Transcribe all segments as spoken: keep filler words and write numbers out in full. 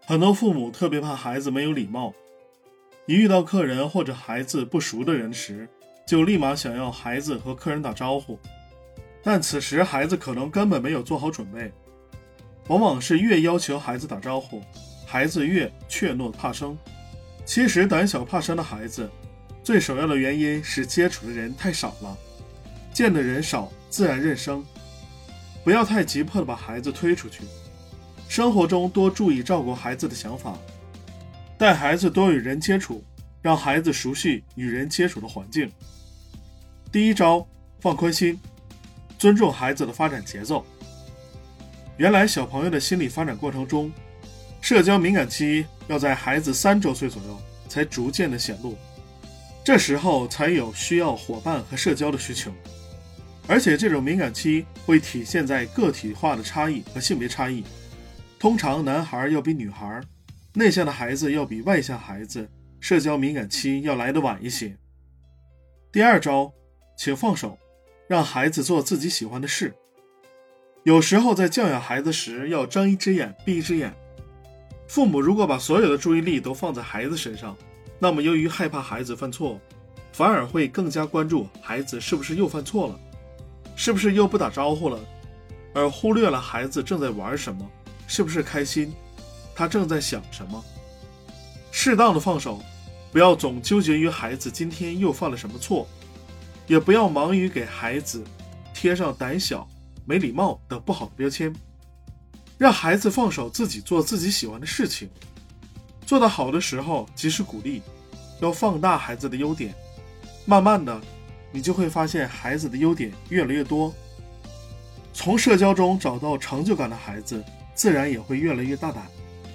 很多父母特别怕孩子没有礼貌，一遇到客人或者孩子不熟的人时，就立马想要孩子和客人打招呼，但此时孩子可能根本没有做好准备。往往是越要求孩子打招呼，孩子越怯懦怕生。其实胆小怕生的孩子，最首要的原因是接触的人太少了，见的人少，自然认生。不要太急迫地把孩子推出去，生活中多注意照顾孩子的想法，带孩子多与人接触，让孩子熟悉与人接触的环境。第一招，放宽心，尊重孩子的发展节奏。原来小朋友的心理发展过程中，社交敏感期要在孩子三周岁左右才逐渐的显露，这时候才有需要伙伴和社交的需求。而且这种敏感期会体现在个体化的差异和性别差异，通常男孩要比女孩，内向的孩子要比外向孩子社交敏感期要来得晚一些。第二招，请放手，让孩子做自己喜欢的事。有时候在教养孩子时要睁一只眼闭一只眼，父母如果把所有的注意力都放在孩子身上，那么由于害怕孩子犯错，反而会更加关注孩子是不是又犯错了，是不是又不打招呼了，而忽略了孩子正在玩什么，是不是开心，他正在想什么。适当的放手，不要总纠结于孩子今天又犯了什么错，也不要忙于给孩子贴上胆小、没礼貌的不好的标签，让孩子放手自己做自己喜欢的事情。做得好的时候及时鼓励，要放大孩子的优点，慢慢的你就会发现孩子的优点越来越多。从社交中找到成就感的孩子，自然也会越来越大胆。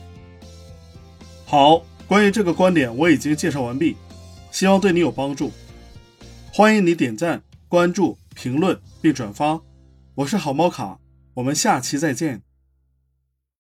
好，关于这个观点我已经介绍完毕，希望对你有帮助。欢迎你点赞、关注、评论并转发。我是好猫卡，我们下期再见。